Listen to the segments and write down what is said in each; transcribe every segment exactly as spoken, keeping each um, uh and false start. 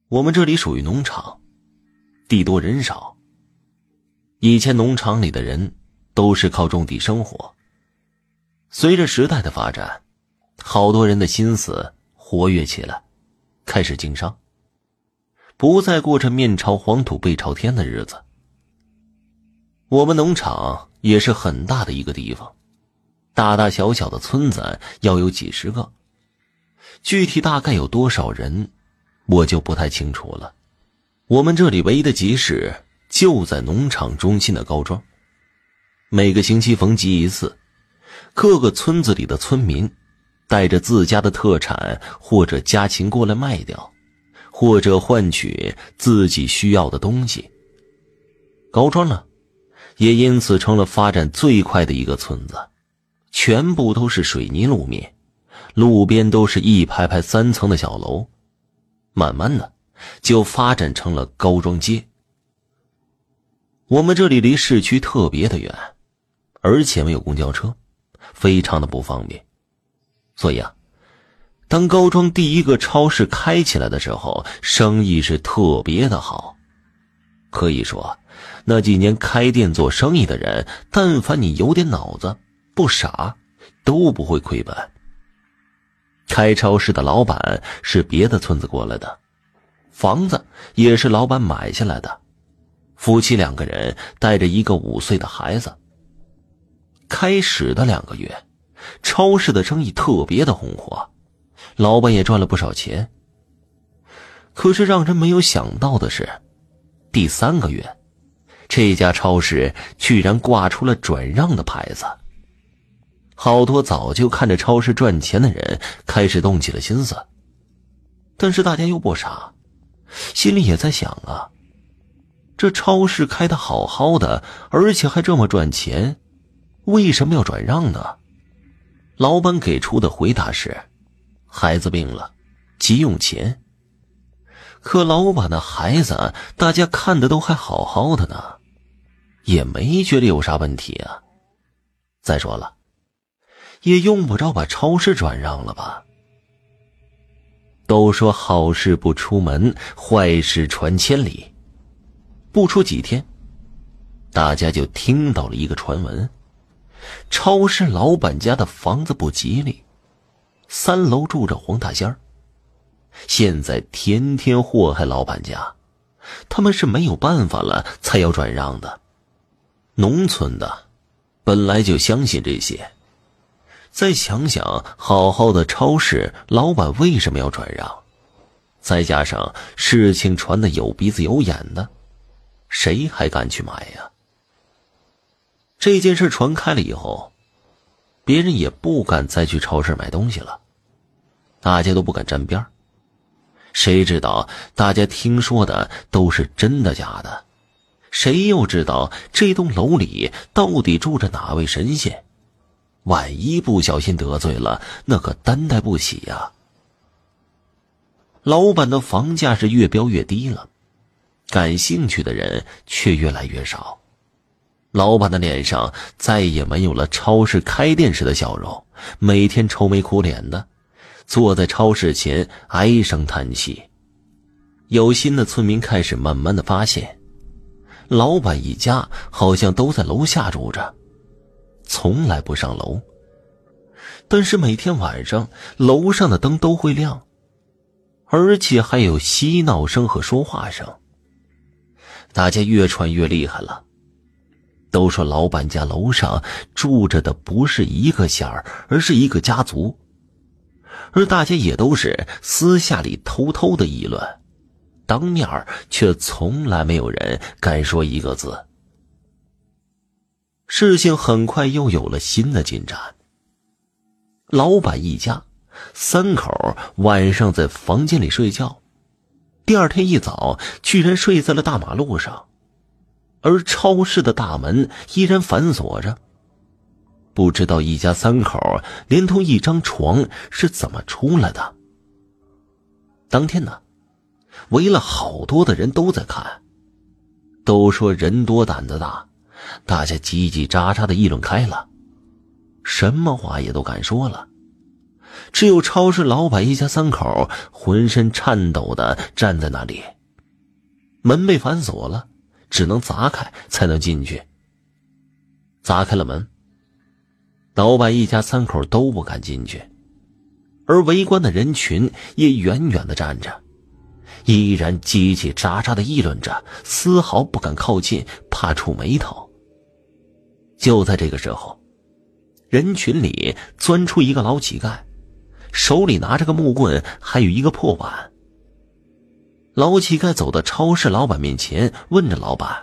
我们这里属于农场，地多人少。以前农场里的人都是靠种地生活，随着时代的发展，好多人的心思活跃起来，开始经商，不再过着面朝黄土背朝天的日子。我们农场也是很大的一个地方，大大小小的村子要有几十个，具体大概有多少人我就不太清楚了。我们这里唯一的集市就在农场中心的高庄，每个星期逢集一次，各个村子里的村民带着自家的特产或者家禽过来卖掉，或者换取自己需要的东西。高庄呢，也因此成了发展最快的一个村子，全部都是水泥路面，路边都是一排排三层的小楼，慢慢的就发展成了高庄街。我们这里离市区特别的远，而且没有公交车，非常的不方便。所以啊，当高庄第一个超市开起来的时候，生意是特别的好。可以说那几年开店做生意的人，但凡你有点脑子，不傻，都不会亏本。开超市的老板是别的村子过来的，房子也是老板买下来的，夫妻两个人带着一个五岁的孩子。开始的两个月，超市的生意特别的红火，老板也赚了不少钱。可是让人没有想到的是，第三个月，这家超市居然挂出了转让的牌子。好多早就看着超市赚钱的人开始动起了心思，但是大家又不傻，心里也在想啊，这超市开得好好的，而且还这么赚钱，为什么要转让呢？老板给出的回答是，孩子病了，急用钱。可老板的孩子大家看的都还好好的呢，也没觉得有啥问题啊。再说了，也用不着把超市转让了吧。都说好事不出门，坏事传千里。不出几天，大家就听到了一个传闻，超市老板家的房子不吉利，三楼住着黄大仙儿，现在天天祸害老板家，他们是没有办法了才要转让的。农村的本来就相信这些，再想想好好的超市老板为什么要转让，再加上事情传得有鼻子有眼的，谁还敢去买呀？这件事传开了以后，别人也不敢再去超市买东西了，大家都不敢沾边。谁知道大家听说的都是真的假的？谁又知道这栋楼里到底住着哪位神仙？万一不小心得罪了，那可担待不起呀。老板的房价是越标越低了，感兴趣的人却越来越少。老板的脸上再也没有了超市开店时的笑容，每天愁眉苦脸的坐在超市前唉声叹气。有心的村民开始慢慢的发现，老板一家好像都在楼下住着，从来不上楼。但是每天晚上楼上的灯都会亮，而且还有嬉闹声和说话声。大家越传越厉害了，都说老板家楼上住着的不是一个仙儿，而是一个家族。而大家也都是私下里偷偷的议论，当面却从来没有人敢说一个字。事情很快又有了新的进展。老板一家三口晚上在房间里睡觉，第二天一早居然睡在了大马路上，而超市的大门依然反锁着。不知道一家三口连同一张床是怎么出来的。当天呢，围了好多的人都在看，都说人多胆子大，大家叽叽喳喳的议论开了，什么话也都敢说了。 只有超市老板一家三口浑身颤抖地站在那里。门被反锁了，只能砸开才能进去。砸开了门，老板一家三口都不敢进去，而围观的人群也远远地站着，依然叽叽喳喳地议论着，丝毫不敢靠近，怕触霉头。就在这个时候，人群里钻出一个老乞丐，手里拿着个木棍，还有一个破碗。老乞丐走到超市老板面前，问着老板：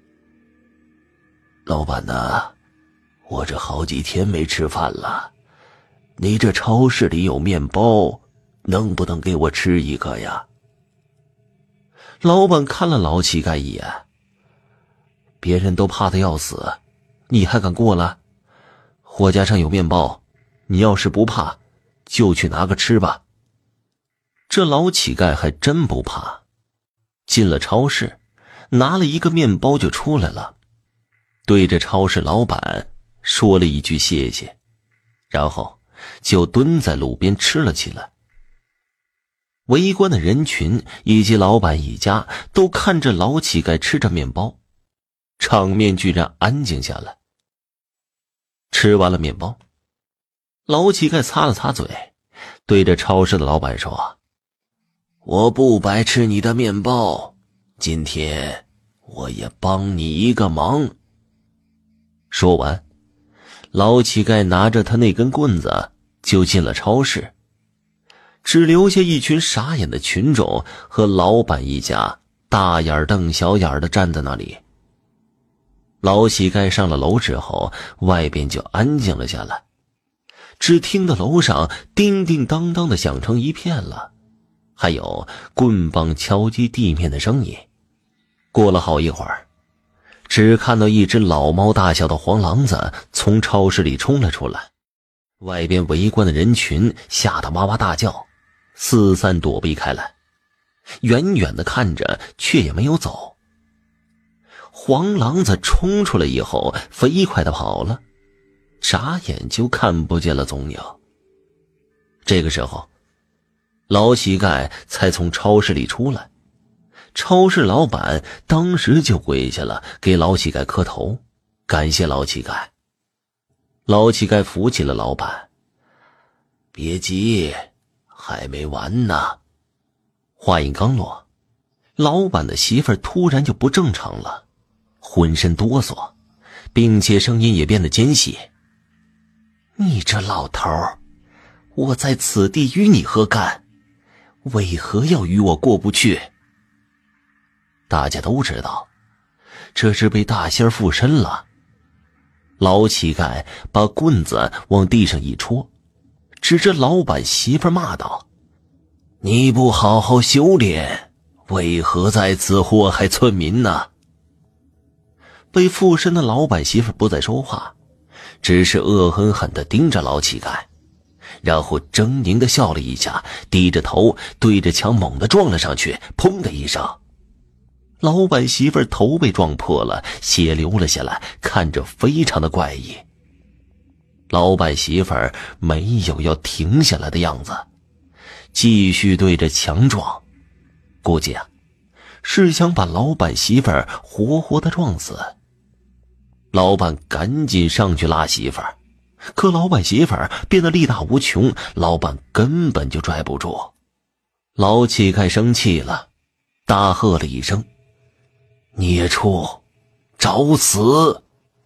老板呐，我这好几天没吃饭了，你这超市里有面包，能不能给我吃一个呀？老板看了老乞丐一眼：别人都怕得要死，你还敢过来？货架上有面包，你要是不怕，就去拿个吃吧。这老乞丐还真不怕，进了超市，拿了一个面包就出来了，对着超市老板说了一句谢谢，然后就蹲在路边吃了起来。围观的人群以及老板一家都看着老乞丐吃着面包，场面居然安静下来。吃完了面包，老乞丐擦了擦嘴，对着超市的老板说：我不白吃你的面包，今天我也帮你一个忙。说完，老乞丐拿着他那根棍子就进了超市，只留下一群傻眼的群众和老板一家大眼瞪小眼的站在那里。老乞丐上了楼之后，外边就安静了下来，只听到楼上叮叮当当的响成一片了，还有棍棒敲击地面的声音。过了好一会儿，只看到一只老猫大小的黄狼子从超市里冲了出来，外边围观的人群吓得哇哇大叫，四散躲避开来，远远的看着却也没有走。黄狼子冲出来以后飞快地跑了，眨眼就看不见了踪影。这个时候，老乞丐才从超市里出来，超市老板当时就跪下了，给老乞丐磕头，感谢老乞丐。老乞丐扶起了老板：别急，还没完呢。话音刚落，老板的媳妇儿突然就不正常了，浑身哆嗦，并且声音也变得尖细：你这老头儿，我在此地与你何干？为何要与我过不去？大家都知道，这是被大仙儿附身了。老乞丐把棍子往地上一戳，指着老板媳妇骂道：你不好好修炼，为何在此祸害村民呢？被附身的老板媳妇不再说话，只是恶狠狠地盯着老乞丐，然后狰狞地笑了一下，低着头对着墙猛地撞了上去，砰的一声，老板媳妇头被撞破了，血流了下来，看着非常的怪异。老板媳妇没有要停下来的样子，继续对着墙撞，估计啊是想把老板媳妇活活的撞死。老板赶紧上去拉媳妇儿，可老板媳妇儿变得力大无穷，老板根本就拽不住。老乞丐生气了，大喝了一声：孽畜，找死！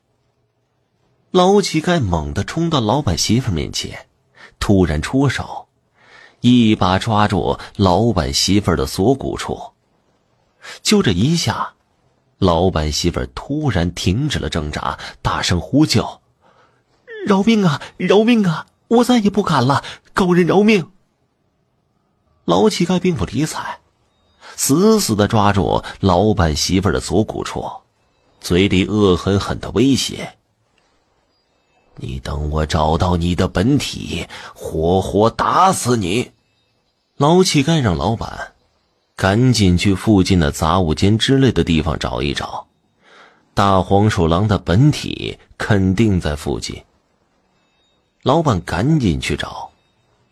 老乞丐猛地冲到老板媳妇面前，突然出手，一把抓住老板媳妇的锁骨处。就这一下，老板媳妇突然停止了挣扎，大声呼救：饶命啊，饶命啊，我再也不敢了，高人饶命！老乞丐并不理睬，死死地抓住老板媳妇的锁骨处，嘴里恶狠狠地威胁：你等我找到你的本体，活活打死你！老乞丐让老板赶紧去附近的杂物间之类的地方找一找，大黄鼠狼的本体肯定在附近。老板赶紧去找，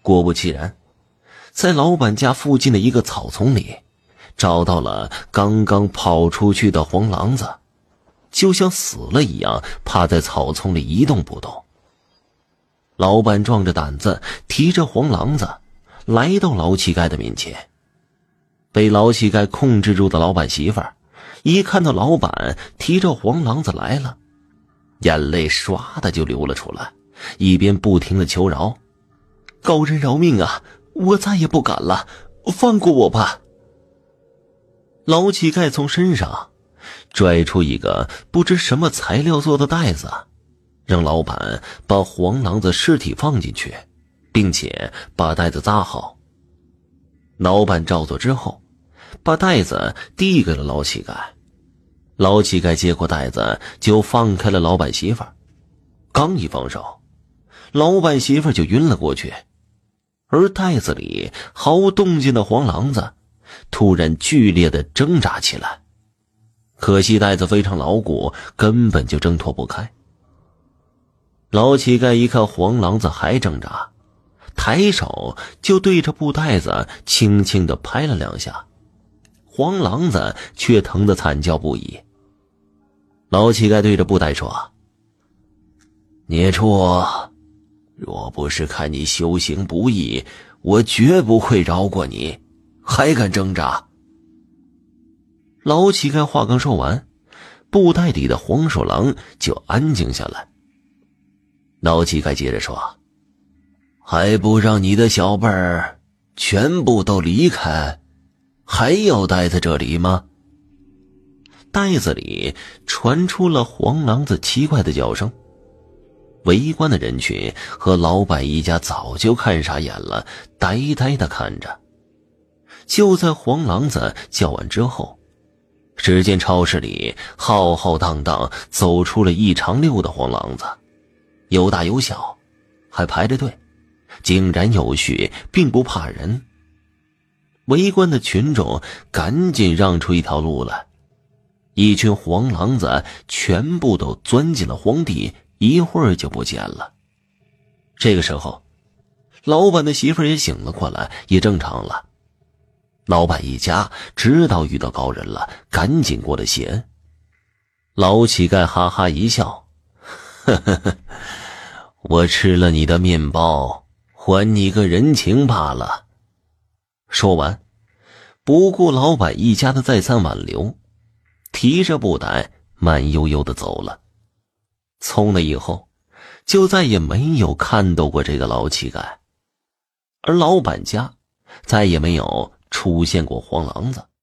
果不其然，在老板家附近的一个草丛里，找到了刚刚跑出去的黄狼子，就像死了一样，趴在草丛里一动不动。老板壮着胆子提着黄狼子来到老乞丐的面前。被老乞丐控制住的老板媳妇儿一看到老板提着黄狼子来了，眼泪唰的就流了出来，一边不停的求饶：高人饶命啊，我再也不敢了，放过我吧。老乞丐从身上拽出一个不知什么材料做的袋子，让老板把黄狼子尸体放进去，并且把袋子扎好。老板照做之后，把袋子递给了老乞丐。老乞丐接过袋子就放开了老板媳妇儿，刚一放手，老板媳妇儿就晕了过去，而袋子里毫无动静的黄狼子突然剧烈的挣扎起来，可惜袋子非常牢固，根本就挣脱不开。老乞丐一看黄狼子还挣扎，抬手就对着布袋子轻轻地拍了两下，黄狼子却疼得惨叫不已。老乞丐对着布袋说：孽畜，若不是看你修行不易，我绝不会饶过你，还敢挣扎。老乞丐话刚说完，布袋里的黄鼠狼就安静下来。老乞丐接着说：还不让你的小辈儿全部都离开，还要待在这里吗？袋子里传出了黄狼子奇怪的叫声，围观的人群和老板一家早就看傻眼了，呆呆地看着。就在黄狼子叫完之后，只见超市里浩浩荡荡走出了一长溜的黄狼子，有大有小，还排着队，井然有序，并不怕人。围观的群众赶紧让出一条路来，一群黄狼子全部都钻进了荒地，一会儿就不见了。这个时候，老板的媳妇儿也醒了过来，也正常了。老板一家知道遇到高人了，赶紧过来谢恩。老乞丐哈哈一笑：呵呵呵，我吃了你的面包，还你个人情罢了。说完，不顾老板一家的再三挽留，提着布袋慢悠悠地走了。从那以后，就再也没有看到过这个老乞丐，而老板家再也没有出现过黄狼子。